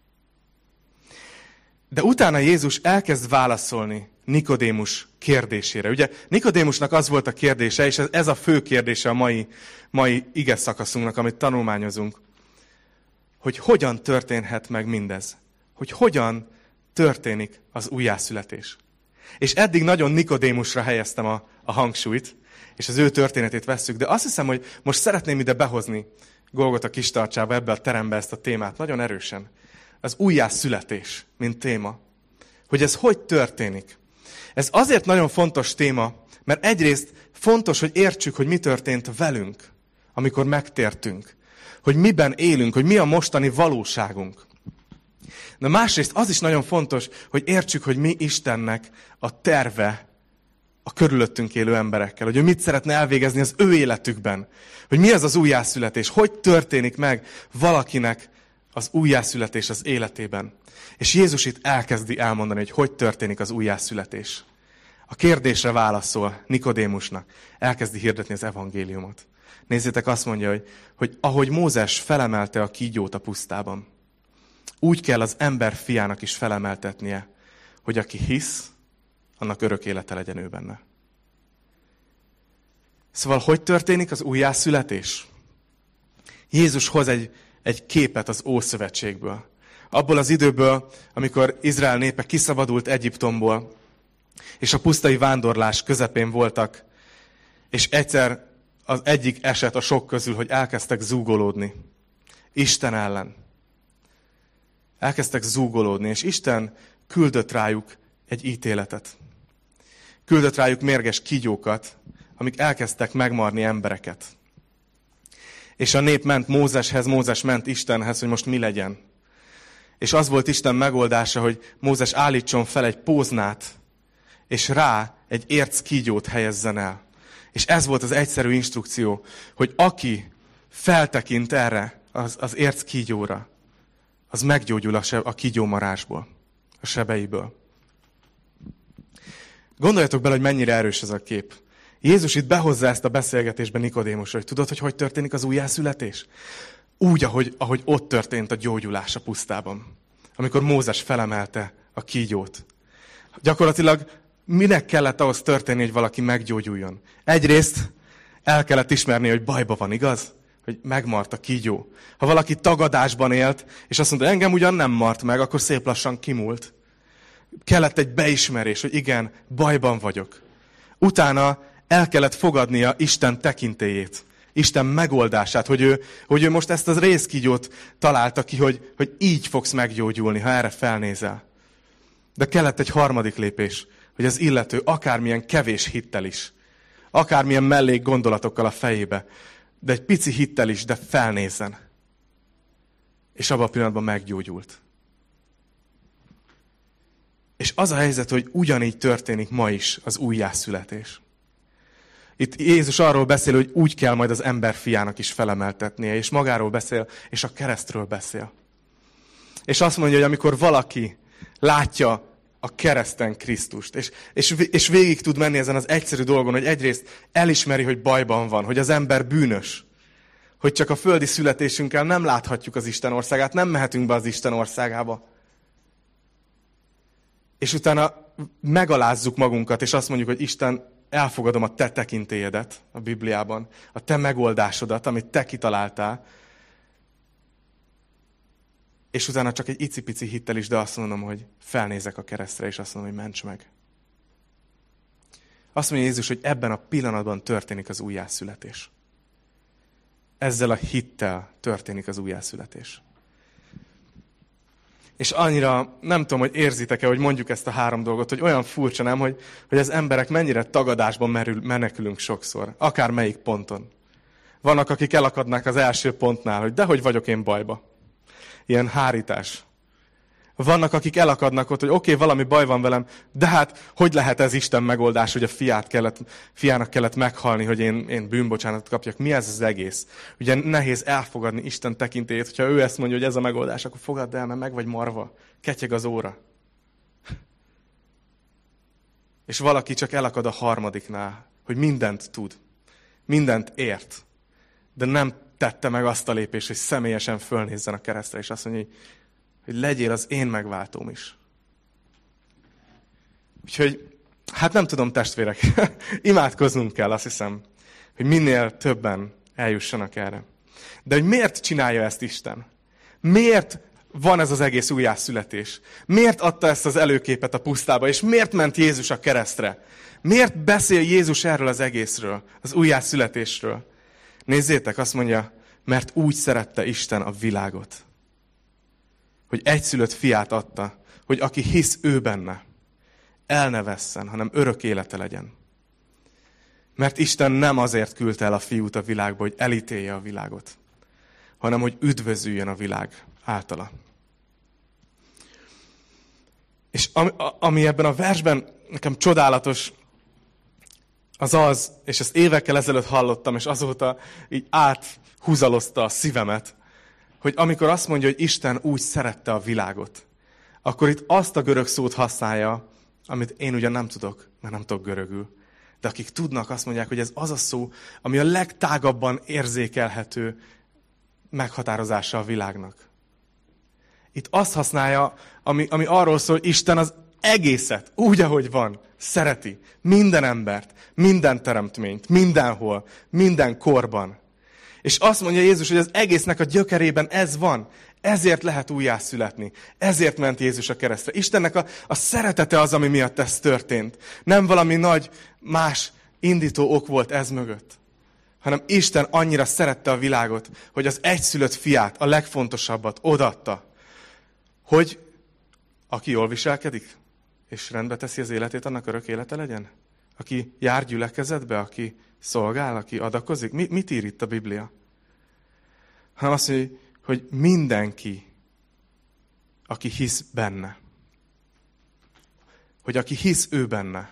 Speaker 1: De utána Jézus elkezd válaszolni Nikodémus kérdésére. Ugye Nikodémusnak az volt a kérdése, és ez a fő kérdése a mai ige szakaszunknak, amit tanulmányozunk, hogy hogyan történhet meg mindez. Hogy hogyan történik az újjászületés. És eddig nagyon Nikodémusra helyeztem a hangsúlyt, és az ő történetét vesszük, de azt hiszem, hogy most szeretném ide behozni Golgota Kistarcsába, ebbe a terembe ezt a témát nagyon erősen. Az újjászületés, mint téma. Hogy ez hogy történik. Ez azért nagyon fontos téma, mert egyrészt fontos, hogy értsük, hogy mi történt velünk, amikor megtértünk. Hogy miben élünk, hogy mi a mostani valóságunk. De másrészt az is nagyon fontos, hogy értsük, hogy mi Istennek a terve a körülöttünk élő emberekkel. Hogy ő mit szeretne elvégezni az ő életükben. Hogy mi az az újjászületés. Hogy történik meg valakinek az újjászületés az életében. És Jézus itt elkezdi elmondani, hogy történik az újjászületés. A kérdésre válaszol Nikodémusnak. Elkezdi hirdetni az evangéliumot. Nézzétek, azt mondja, hogy ahogy Mózes felemelte a kígyót a pusztában, úgy kell az ember fiának is felemeltetnie, hogy aki hisz, annak örök élete legyen ő benne. Szóval, hogy történik az újjászületés? Jézus hoz egy képet az Ószövetségből. Abból az időből, amikor Izrael népe kiszabadult Egyiptomból, és a pusztai vándorlás közepén voltak, és egyszer az egyik eset a sok közül, hogy elkezdtek zúgolódni Isten ellen. Elkezdtek zúgolódni, és Isten küldött rájuk egy ítéletet. Küldött rájuk mérges kígyókat, amik elkezdtek megmarni embereket. És a nép ment Mózeshez, Mózes ment Istenhez, hogy most mi legyen. És az volt Isten megoldása, hogy Mózes állítson fel egy póznát, és rá egy érc kígyót helyezzen el. És ez volt az egyszerű instrukció, hogy aki feltekint erre, az érc kígyóra, az meggyógyul a kígyómarásból, a sebeiből. Gondoljatok bele, hogy mennyire erős ez a kép. Jézus itt behozza ezt a beszélgetésbe Nikodémusra, hogy tudod, hogy történik az újjászületés? Úgy, ahogy ott történt a gyógyulás a pusztában. Amikor Mózes felemelte a kígyót. Gyakorlatilag minek kellett ahhoz történni, hogy valaki meggyógyuljon? Egyrészt el kellett ismerni, hogy bajba van, igaz? Hogy megmart a kígyó. Ha valaki tagadásban élt, és azt mondta, engem ugyan nem mart meg, akkor szép lassan kimúlt. Kellett egy beismerés, hogy igen, bajban vagyok. Utána el kellett fogadnia Isten tekintélyét, Isten megoldását, hogy ő most ezt az rézkígyót találta ki, hogy így fogsz meggyógyulni, ha erre felnézel. De kellett egy harmadik lépés, hogy az illető akármilyen kevés hittel is, akármilyen mellék gondolatokkal a fejébe, de egy pici hittel is, de felnézzen. És abban a pillanatban meggyógyult. És az a helyzet, hogy ugyanígy történik ma is az újjászületés. Itt Jézus arról beszél, hogy úgy kell majd az ember fiának is felemeltetnie, és magáról beszél, és a keresztről beszél. És azt mondja, hogy amikor valaki látja a kereszten Krisztust, és végig tud menni ezen az egyszerű dolgon, hogy egyrészt elismeri, hogy bajban van, hogy az ember bűnös, hogy csak a földi születésünkkel nem láthatjuk az Isten országát, nem mehetünk be az Isten országába. És utána megalázzuk magunkat, és azt mondjuk, hogy Isten, elfogadom a te tekintélyedet a Bibliában, a te megoldásodat, amit te kitaláltál, és utána csak egy icipici hittel is, de azt mondom, hogy felnézek a keresztre, és azt mondom, hogy ments meg. Azt mondja Jézus, hogy ebben a pillanatban történik az újjászületés. Ezzel a hittel történik az újjászületés. És annyira, nem tudom, hogy érzitek-e, hogy mondjuk ezt a 3 dolgot, hogy olyan furcsa, nem, hogy az emberek mennyire tagadásban menekülünk sokszor, akár melyik ponton. Vannak, akik elakadnak az első pontnál, hogy dehogy vagyok én bajba. Ilyen hárítás. Vannak, akik elakadnak ott, hogy oké, valami baj van velem, de hát hogy lehet ez Isten megoldás, hogy a fiának kellett meghalni, hogy én bűnbocsánatot kapjak. Mi ez az egész? Ugye nehéz elfogadni Isten tekintélyét, hogyha ő ezt mondja, hogy ez a megoldás, akkor fogadd el, mert meg vagy marva. Ketyeg az óra. És valaki csak elakad a harmadiknál, hogy mindent tud. Mindent ért. De nem tette meg azt a lépést, hogy személyesen fölnézzen a keresztre, és azt mondja, hogy legyél az én megváltóm is. Úgyhogy, hát nem tudom, testvérek, imádkoznunk kell, azt hiszem, hogy minél többen eljussanak erre. De hogy miért csinálja ezt Isten? Miért van ez az egész újjászületés? Miért adta ezt az előképet a pusztába, és miért ment Jézus a keresztre? Miért beszél Jézus erről az egészről, az újjászületésről? Nézzétek, azt mondja, mert úgy szerette Isten a világot, hogy egyszülött fiát adta, hogy aki hisz ő benne, el ne vesszen, hanem örök élete legyen. Mert Isten nem azért küldte el a fiút a világba, hogy elítélje a világot, hanem hogy üdvözüljön a világ általa. És ami ebben a versben nekem csodálatos, az, és ezt évekkel ezelőtt hallottam, és azóta így áthúzalozta a szívemet, hogy amikor azt mondja, hogy Isten úgy szerette a világot, akkor itt azt a görög szót használja, amit én ugyan nem tudok, mert nem tudok görögül. De akik tudnak, azt mondják, hogy ez az a szó, ami a legtágabban érzékelhető meghatározása a világnak. Itt azt használja, ami arról szól, hogy Isten az egészet, úgy, ahogy van, szereti. Minden embert, minden teremtményt, mindenhol, minden korban. És azt mondja Jézus, hogy az egésznek a gyökerében ez van. Ezért lehet újjászületni. Ezért ment Jézus a keresztre. Istennek a szeretete az, ami miatt ez történt. Nem valami nagy, más indító ok volt ez mögött. Hanem Isten annyira szerette a világot, hogy az egyszülött fiát, a legfontosabbat odaadta. Hogy aki jól viselkedik, és rendbe teszi az életét, annak örök élete legyen? Aki jár gyülekezetbe, aki szolgál, aki adakozik? Mit ír itt a Biblia? Hanem azt mondja, hogy mindenki, aki hisz benne. Hogy aki hisz ő benne,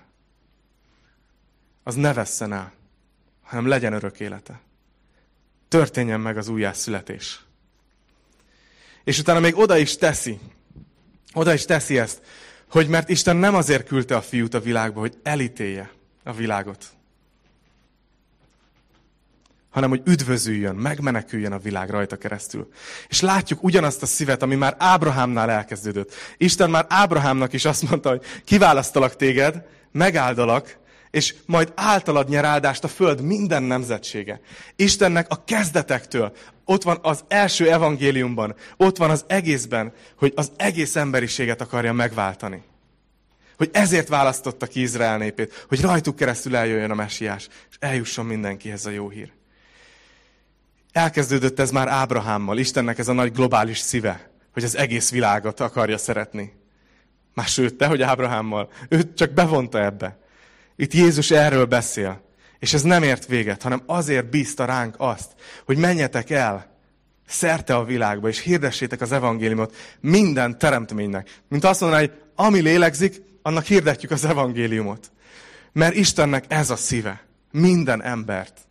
Speaker 1: az ne vesszen el, hanem legyen örök élete. Történjen meg az újjászületés. És utána még oda is teszi ezt, hogy mert Isten nem azért küldte a fiút a világba, hogy elítélje a világot, hanem hogy üdvözüljön, megmeneküljön a világ rajta keresztül. És látjuk ugyanazt a szívet, ami már Ábrahámnál elkezdődött. Isten már Ábrahámnak is azt mondta, hogy kiválasztalak téged, megáldalak, és majd általad nyer áldást a föld minden nemzetsége. Istennek a kezdetektől, ott van az első evangéliumban, ott van az egészben, hogy az egész emberiséget akarja megváltani. Hogy ezért választotta ki Izrael népét, hogy rajtuk keresztül eljöjjön a mesiás, és eljusson mindenkihez a jó hír. Elkezdődött ez már Ábrahámmal, Istennek ez a nagy globális szíve, hogy az egész világot akarja szeretni. Már sőt, te, hogy Ábrahámmal, őt csak bevonta ebbe. Itt Jézus erről beszél, és ez nem ért véget, hanem azért bízta ránk azt, hogy menjetek el szerte a világba, és hirdessétek az evangéliumot minden teremtménynek. Mint azt mondaná, hogy ami lélegzik, annak hirdetjük az evangéliumot. Mert Istennek ez a szíve, Minden embert.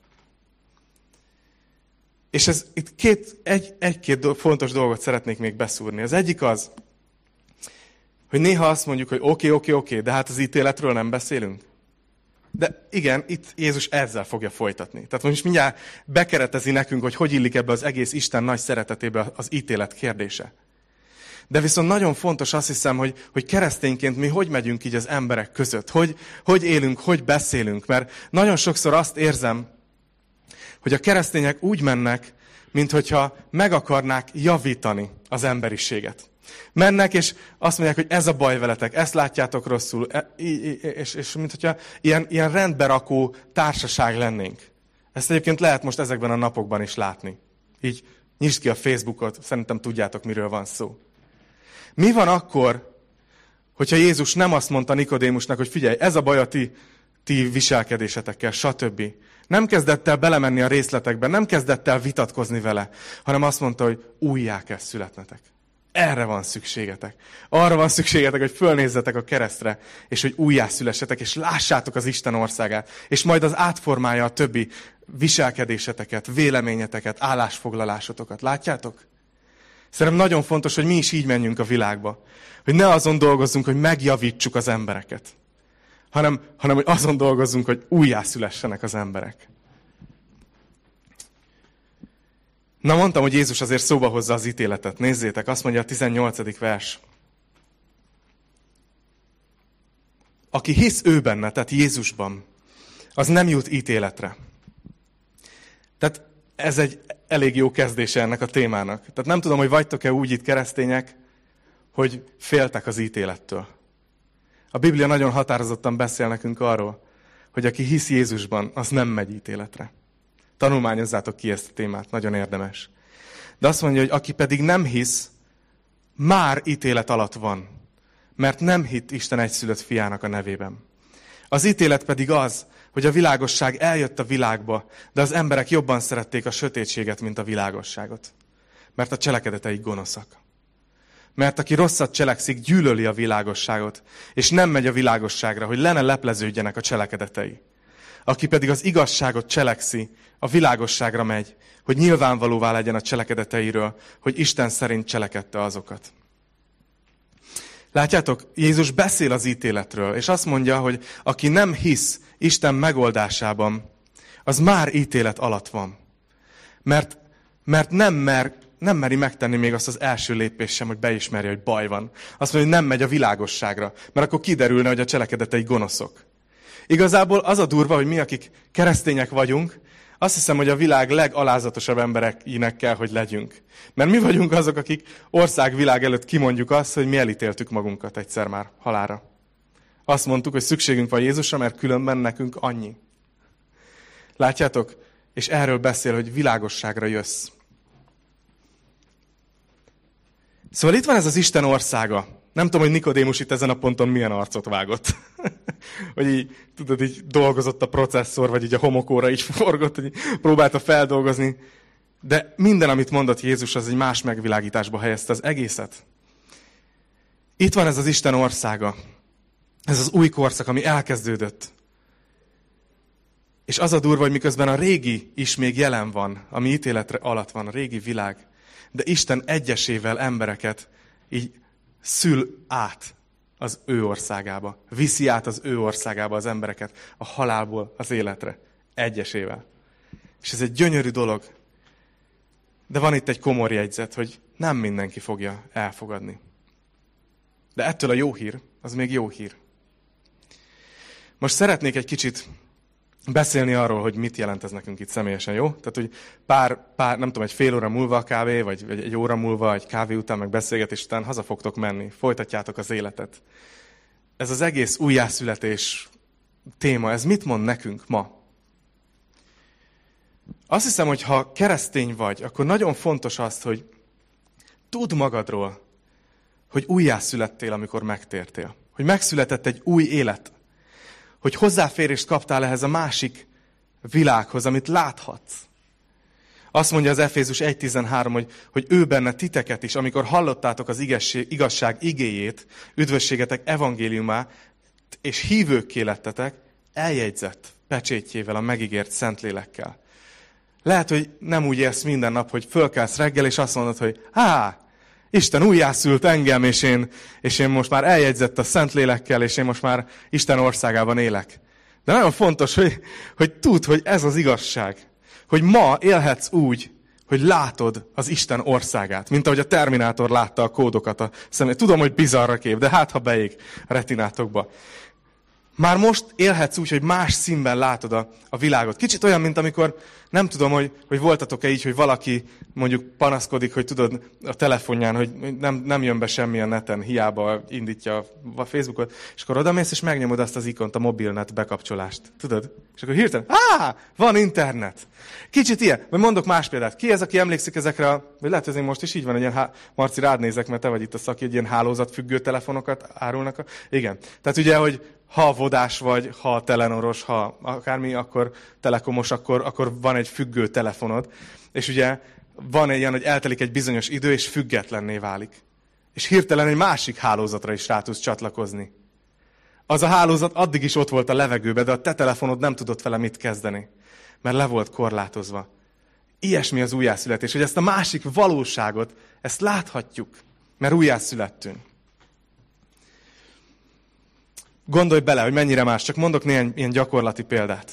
Speaker 1: És itt egy-két fontos dolgot szeretnék még beszúrni. Az egyik az, hogy néha azt mondjuk, hogy oké, de hát az ítéletről nem beszélünk. De igen, itt Jézus ezzel fogja folytatni. Tehát most mindjárt bekeretezi nekünk, hogy illik ebbe az egész Isten nagy szeretetébe az ítélet kérdése. De viszont nagyon fontos, azt hiszem, hogy keresztényként mi hogy megyünk így az emberek között, hogy élünk, hogy beszélünk. Mert nagyon sokszor azt érzem, hogy a keresztények úgy mennek, minthogyha meg akarnák javítani az emberiséget. Mennek, és azt mondják, hogy ez a baj veletek, ezt látjátok rosszul, és minthogyha ilyen rendberakó társaság lennénk. Ezt egyébként lehet most ezekben a napokban is látni. Így nyisd ki a Facebookot, szerintem tudjátok, miről van szó. Mi van akkor, hogyha Jézus nem azt mondta Nikodémusnak, hogy figyelj, ez a baj a ti viselkedésetekkel, stb. Nem kezdett el belemenni a részletekbe, nem kezdett el vitatkozni vele, hanem azt mondta, hogy újjá kell születnetek. Erre van szükségetek. Arra van szükségetek, hogy fölnézzetek a keresztre, és hogy újjászülessetek, és lássátok az Isten országát, és majd az átformálja a többi viselkedéseteket, véleményeteket, állásfoglalásotokat. Látjátok? Szerintem nagyon fontos, hogy mi is így menjünk a világba. Hogy ne azon dolgozzunk, hogy megjavítsuk az embereket, hanem hogy azon dolgozzunk, hogy újjászülessenek az emberek. Na, mondtam, hogy Jézus azért szóba hozza az ítéletet. Nézzétek, azt mondja a 18. vers. Aki hisz ő benne, tehát Jézusban, az nem jut ítéletre. Tehát ez egy elég jó kezdése ennek a témának. Tehát nem tudom, hogy vagytok-e úgy itt keresztények, hogy féltek az ítélettől. A Biblia nagyon határozottan beszél nekünk arról, hogy aki hisz Jézusban, az nem megy ítéletre. Tanulmányozzátok ki ezt a témát, nagyon érdemes. De azt mondja, hogy aki pedig nem hisz, már ítélet alatt van, mert nem hitt Isten egyszülött fiának a nevében. Az ítélet pedig az, hogy a világosság eljött a világba, de az emberek jobban szerették a sötétséget, mint a világosságot. Mert a cselekedeteik gonoszak. Mert aki rosszat cselekszik, gyűlöli a világosságot, és nem megy a világosságra, hogy le ne lepleződjenek a cselekedetei. Aki pedig az igazságot cselekszi, a világosságra megy, hogy nyilvánvalóvá legyen a cselekedeteiről, hogy Isten szerint cselekedte azokat. Látjátok, Jézus beszél az ítéletről, és azt mondja, hogy aki nem hisz Isten megoldásában, az már ítélet alatt van. Mert nem meri megtenni még azt az első lépést sem, hogy beismerje, hogy baj van. Azt mondja, hogy nem megy a világosságra, mert akkor kiderülne, hogy a cselekedetei gonoszok. Igazából az a durva, hogy mi, akik keresztények vagyunk, azt hiszem, hogy a világ legalázatosabb embereinek kell, hogy legyünk. Mert mi vagyunk azok, akik országvilág előtt kimondjuk azt, hogy mi elítéltük magunkat egyszer már halálra. Azt mondtuk, hogy szükségünk van Jézusra, mert különben nekünk annyi. Látjátok? És erről beszél, hogy világosságra jössz. Szóval itt van ez az Isten országa. Nem tudom, hogy Nikodémus itt ezen a ponton milyen arcot vágott. Hogy így, tudod, így dolgozott a processzor, vagy így a homokóra így forgott, hogy próbálta feldolgozni. De minden, amit mondott Jézus, az egy más megvilágításba helyezte az egészet. Itt van ez az Isten országa. Ez az új korszak, ami elkezdődött. És az a durva, hogy miközben a régi is még jelen van, ami ítéletre alatt van, a régi világ, de Isten egyesével embereket így szül át az ő országába. Viszi át az ő országába az embereket a halálból az életre. Egyesével. És ez egy gyönyörű dolog. De van itt egy komor jegyzet, hogy nem mindenki fogja elfogadni. De ettől a jó hír, az még jó hír. Most szeretnék egy kicsit beszélni arról, hogy mit jelent ez nekünk itt személyesen, jó? Tehát, hogy pár nem tudom, egy fél óra múlva a kávé, vagy egy óra múlva, egy kávé után, meg beszélgetés után haza fogtok menni, folytatjátok az életet. Ez az egész újjászületés téma, ez mit mond nekünk ma? Azt hiszem, hogy ha keresztény vagy, akkor nagyon fontos az, hogy tudd magadról, hogy újjászülettél, amikor megtértél. Hogy megszületett egy új élet. Hogy hozzáférést kaptál ehhez a másik világhoz, amit láthatsz. Azt mondja az Efézus 1.13, hogy ő benne titeket is, amikor hallottátok az igazság igéjét, üdvösségetek evangéliumát, és hívőkké lettetek, eljegyzett pecsétjével, a megígért Szentlélekkel. Lehet, hogy nem úgy élsz minden nap, hogy fölkelsz reggel, és azt mondod, hogy Isten újjászült engem, és én most már eljegyzett a Szentlélekkel, és én most már Isten országában élek. De nagyon fontos, hogy tudd, hogy ez az igazság. Hogy ma élhetsz úgy, hogy látod az Isten országát, mint ahogy a Terminátor látta a kódokat a szemét. Tudom, hogy bizarr a kép, de hát ha beég a retinátokba. Már most élhetsz úgy, hogy más színben látod a világot. Kicsit olyan, mint amikor, nem tudom, hogy voltatok-e így, hogy valaki mondjuk panaszkodik, hogy tudod a telefonján, hogy nem jön be semmi a neten, hiába indítja a Facebookot, és akkor odamész, és megnyomod azt az ikont, a mobilnet bekapcsolást. Tudod? És akkor hirtelen, van internet. Kicsit ilyen. Vagy mondok más példát. Ki ez, aki emlékszik ezekre, vagy lehet, hogy ez most is így van, hogy ilyen, Marci, rád nézek, mert te vagy itt a szaki, hogy ilyen hálózatfüggő telefonokat árulnak. Igen. Tehát ugye, hogy ha vodás vagy, ha telenoros, ha akármi, akkor telekomos, akkor van egy függő telefonod. És ugye van egy ilyen, hogy eltelik egy bizonyos idő, és függetlenné válik. És hirtelen egy másik hálózatra is rá tudsz csatlakozni. Az a hálózat addig is ott volt a levegőben, de a te telefonod nem tudott vele mit kezdeni. Mert le volt korlátozva. Ilyesmi az újjászületés, hogy ezt a másik valóságot, ezt láthatjuk, mert újjászülettünk. Gondolj bele, hogy mennyire más, csak mondok néhány ilyen gyakorlati példát.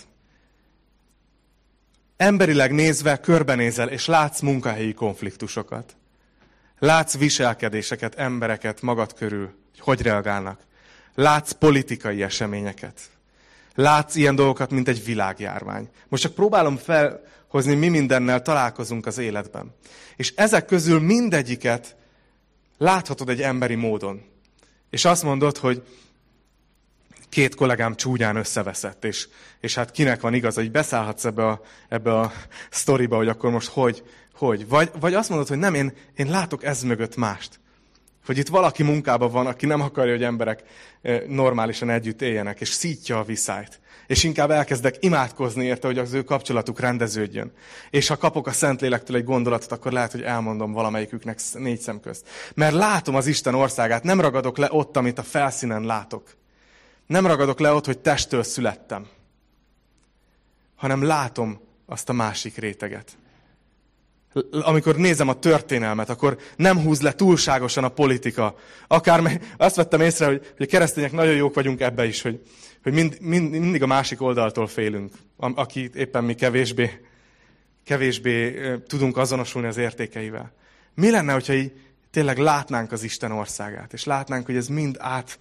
Speaker 1: Emberileg nézve körbenézel, és látsz munkahelyi konfliktusokat. Látsz viselkedéseket, embereket magad körül, hogy reagálnak. Látsz politikai eseményeket. Látsz ilyen dolgokat, mint egy világjárvány. Most csak próbálom felhozni, mi mindennel találkozunk az életben. És ezek közül mindegyiket láthatod egy emberi módon. És azt mondod, hogy két kollégám csúnyán összeveszett, és hát kinek van igaza, hogy beszállhatsz ebbe a sztoriba, hogy akkor most hogy. Vagy azt mondod, hogy nem, én látok ez mögött mást. Hogy itt valaki munkában van, aki nem akarja, hogy emberek normálisan együtt éljenek, és szítja a viszályt. És inkább elkezdek imádkozni érte, hogy az ő kapcsolatuk rendeződjön. És ha kapok a Szentlélektől egy gondolatot, akkor lehet, hogy elmondom valamelyiküknek 4 szem közt. Mert látom az Isten országát, nem ragadok le ott, amit a felszínen látok. Nem ragadok le ott, hogy testtől születtem, hanem látom azt a másik réteget. Amikor nézem a történelmet, akkor nem húz le túlságosan a politika. Azt vettem észre, hogy a keresztények nagyon jók vagyunk ebbe is, hogy mindig a másik oldaltól félünk, aki éppen mi kevésbé tudunk azonosulni az értékeivel. Mi lenne, hogyha így tényleg látnánk az Isten országát, és látnánk, hogy ez mind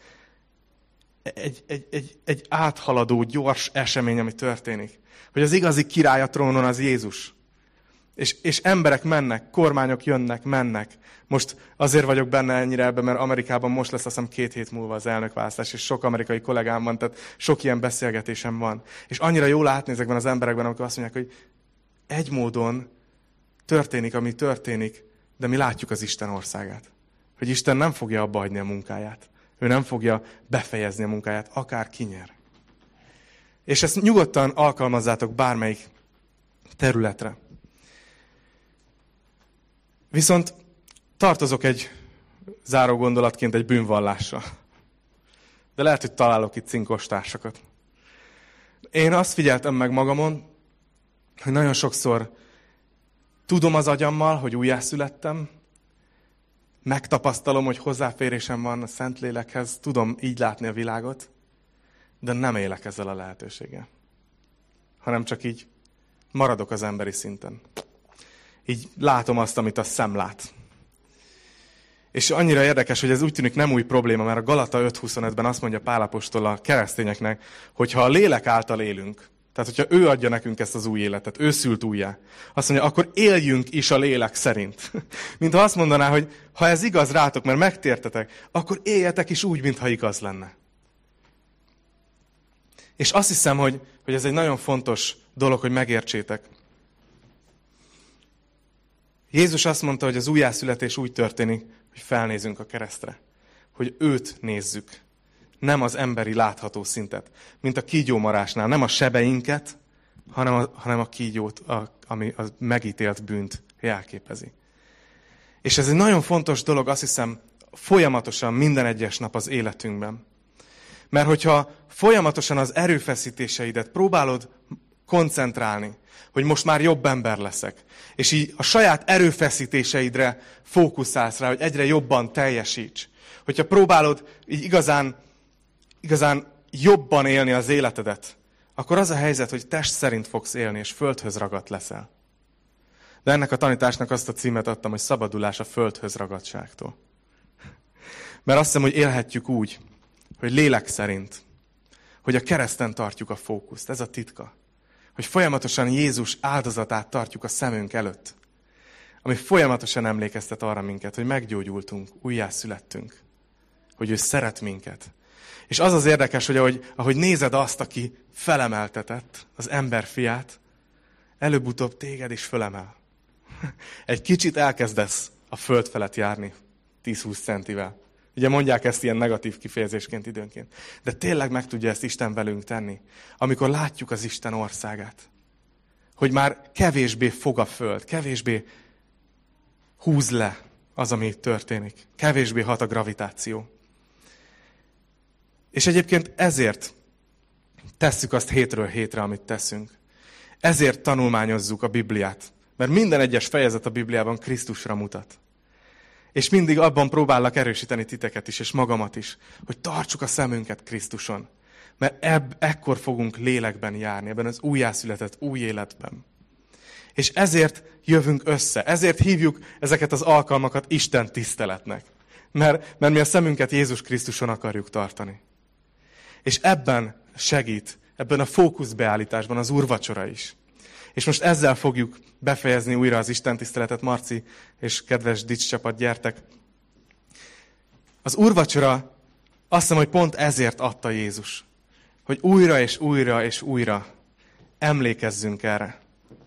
Speaker 1: egy áthaladó, gyors esemény, ami történik. Hogy az igazi király a trónon az Jézus. És emberek mennek, kormányok jönnek, mennek. Most azért vagyok benne ennyire ebben, mert Amerikában most lesz azt hiszem 2 hét múlva az elnökválasztás, és sok amerikai kollégám van, tehát sok ilyen beszélgetésem van. És annyira jó látni ezekben az emberekben, amikor azt mondják, hogy egy módon történik, ami történik, de mi látjuk az Isten országát. Hogy Isten nem fogja abba hagyni a munkáját. Ő nem fogja befejezni a munkáját, akár kinyer. És ezt nyugodtan alkalmazzátok bármelyik területre. Viszont tartozok egy záró gondolatként egy bűnvallással. De lehet, hogy találok itt cinkos társakat. Én azt figyeltem meg magamon, hogy nagyon sokszor tudom az agyammal, hogy újjászülettem, megtapasztalom, hogy hozzáférésem van a Szentlélekhez, tudom így látni a világot, de nem élek ezzel a lehetőséggel. Hanem csak így maradok az emberi szinten. Így látom azt, amit a szem lát. És annyira érdekes, hogy ez úgy tűnik nem új probléma, mert a Galata 5.25-ben azt mondja Pál apostol a keresztényeknek, hogy ha a lélek által élünk, tehát hogyha ő adja nekünk ezt az új életet, ő szült újjá, azt mondja, akkor éljünk is a lélek szerint. Mintha azt mondaná, hogy ha ez igaz rátok, mert megtértetek, akkor éljetek is úgy, mintha igaz lenne. És azt hiszem, hogy ez egy nagyon fontos dolog, hogy megértsétek. Jézus azt mondta, hogy az újjászületés úgy történik, hogy felnézünk a keresztre. Hogy őt nézzük. Nem az emberi látható szintet. Mint a kígyómarásnál. Nem a sebeinket, hanem a kígyót, ami a megítélt bűnt jelképezi. És ez egy nagyon fontos dolog, azt hiszem, folyamatosan minden egyes nap az életünkben. Mert hogyha folyamatosan az erőfeszítéseidet próbálod koncentrálni, hogy most már jobb ember leszek, és így a saját erőfeszítéseidre fókuszálsz rá, hogy egyre jobban teljesíts. Hogyha próbálod így igazán jobban élni az életedet, akkor az a helyzet, hogy test szerint fogsz élni, és földhöz ragadt leszel. De ennek a tanításnak azt a címet adtam, hogy szabadulás a földhöz ragadtságtól. Mert azt hiszem, hogy élhetjük úgy, hogy lélek szerint, hogy a kereszten tartjuk a fókuszt. Ez a titka. Hogy folyamatosan Jézus áldozatát tartjuk a szemünk előtt. Ami folyamatosan emlékeztet arra minket, hogy meggyógyultunk, újjászülettünk. Hogy ő szeret minket. És az az érdekes, hogy ahogy nézed azt, aki felemeltetett, az emberfiát, előbb-utóbb téged is fölemel. Egy kicsit elkezdesz a föld felett járni 10-20 centivel. Ugye mondják ezt ilyen negatív kifejezésként időnként. De tényleg meg tudja ezt Isten velünk tenni, amikor látjuk az Isten országát. Hogy már kevésbé fog a föld, kevésbé húz le az, ami itt történik. Kevésbé hat a gravitáció. És egyébként ezért tesszük azt hétről hétre, amit teszünk. Ezért tanulmányozzuk a Bibliát. Mert minden egyes fejezet a Bibliában Krisztusra mutat. És mindig abban próbállak erősíteni titeket is, és magamat is, hogy tartsuk a szemünket Krisztuson. Mert ekkor fogunk lélekben járni, ebben az újjászületett új életben. És ezért jövünk össze, ezért hívjuk ezeket az alkalmakat Isten tiszteletnek. Mert mi a szemünket Jézus Krisztuson akarjuk tartani. És ebben segít, ebben a fókuszbeállításban az úrvacsora is. És most ezzel fogjuk befejezni újra az istentiszteletet. Marci és kedves Dics csapat, gyertek. Az úrvacsora azt hiszem, hogy pont ezért adta Jézus. Hogy újra és újra és újra emlékezzünk erre.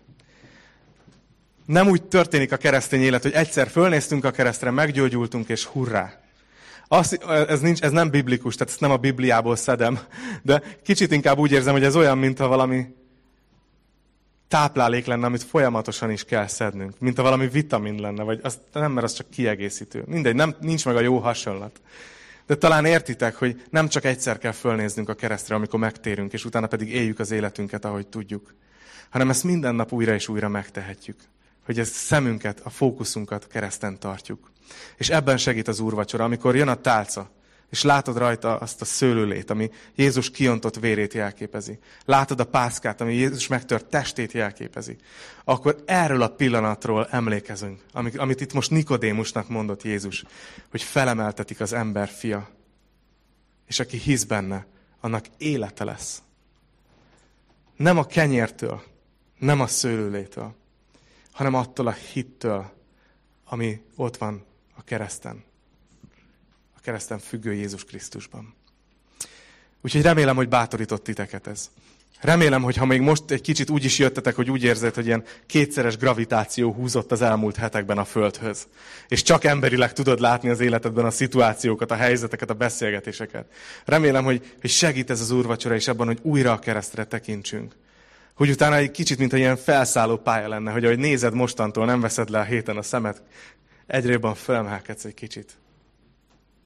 Speaker 1: Nem úgy történik a keresztény élet, hogy egyszer fölnéztünk a keresztre, meggyógyultunk és hurrá. Ez nem biblikus, tehát ezt nem a Bibliából szedem, de kicsit inkább úgy érzem, hogy ez olyan, mintha valami táplálék lenne, amit folyamatosan is kell szednünk. Mintha valami vitamin lenne, vagy az nem, mert az csak kiegészítő. Mindegy, nincs meg a jó hasonlat. De talán értitek, hogy nem csak egyszer kell fölnéznünk a keresztre, amikor megtérünk, és utána pedig éljük az életünket, ahogy tudjuk. Hanem ezt minden nap újra és újra megtehetjük. Hogy ezt szemünket, a fókuszunkat kereszten tartjuk. És ebben segít az úrvacsora, amikor jön a tálca, és látod rajta azt a szőlőlét, ami Jézus kiontott vérét jelképezi. Látod a pászkát, ami Jézus megtört testét jelképezi. Akkor erről a pillanatról emlékezünk, amit itt most Nikodémusnak mondott Jézus, hogy felemeltetik az ember fia. És aki hisz benne, annak élete lesz. Nem a kenyértől, nem a szőlőlétől, hanem attól a hittől, ami ott van a kereszten. A kereszten függő Jézus Krisztusban. Úgyhogy remélem, hogy bátorított titeket ez. Remélem, hogy ha még most egy kicsit úgy is jöttetek, hogy úgy érzed, hogy ilyen kétszeres gravitáció húzott az elmúlt hetekben a Földhöz. És csak emberileg tudod látni az életedben a szituációkat, a helyzeteket, a beszélgetéseket. Remélem, hogy segít ez az úrvacsora is abban, hogy újra a keresztre tekintsünk. Hogy utána egy kicsit, mint egy ilyen felszálló pálya lenne, hogy ahogy nézed mostantól, nem veszed le a héten a szemed, egyre jobban felemelkedsz egy kicsit.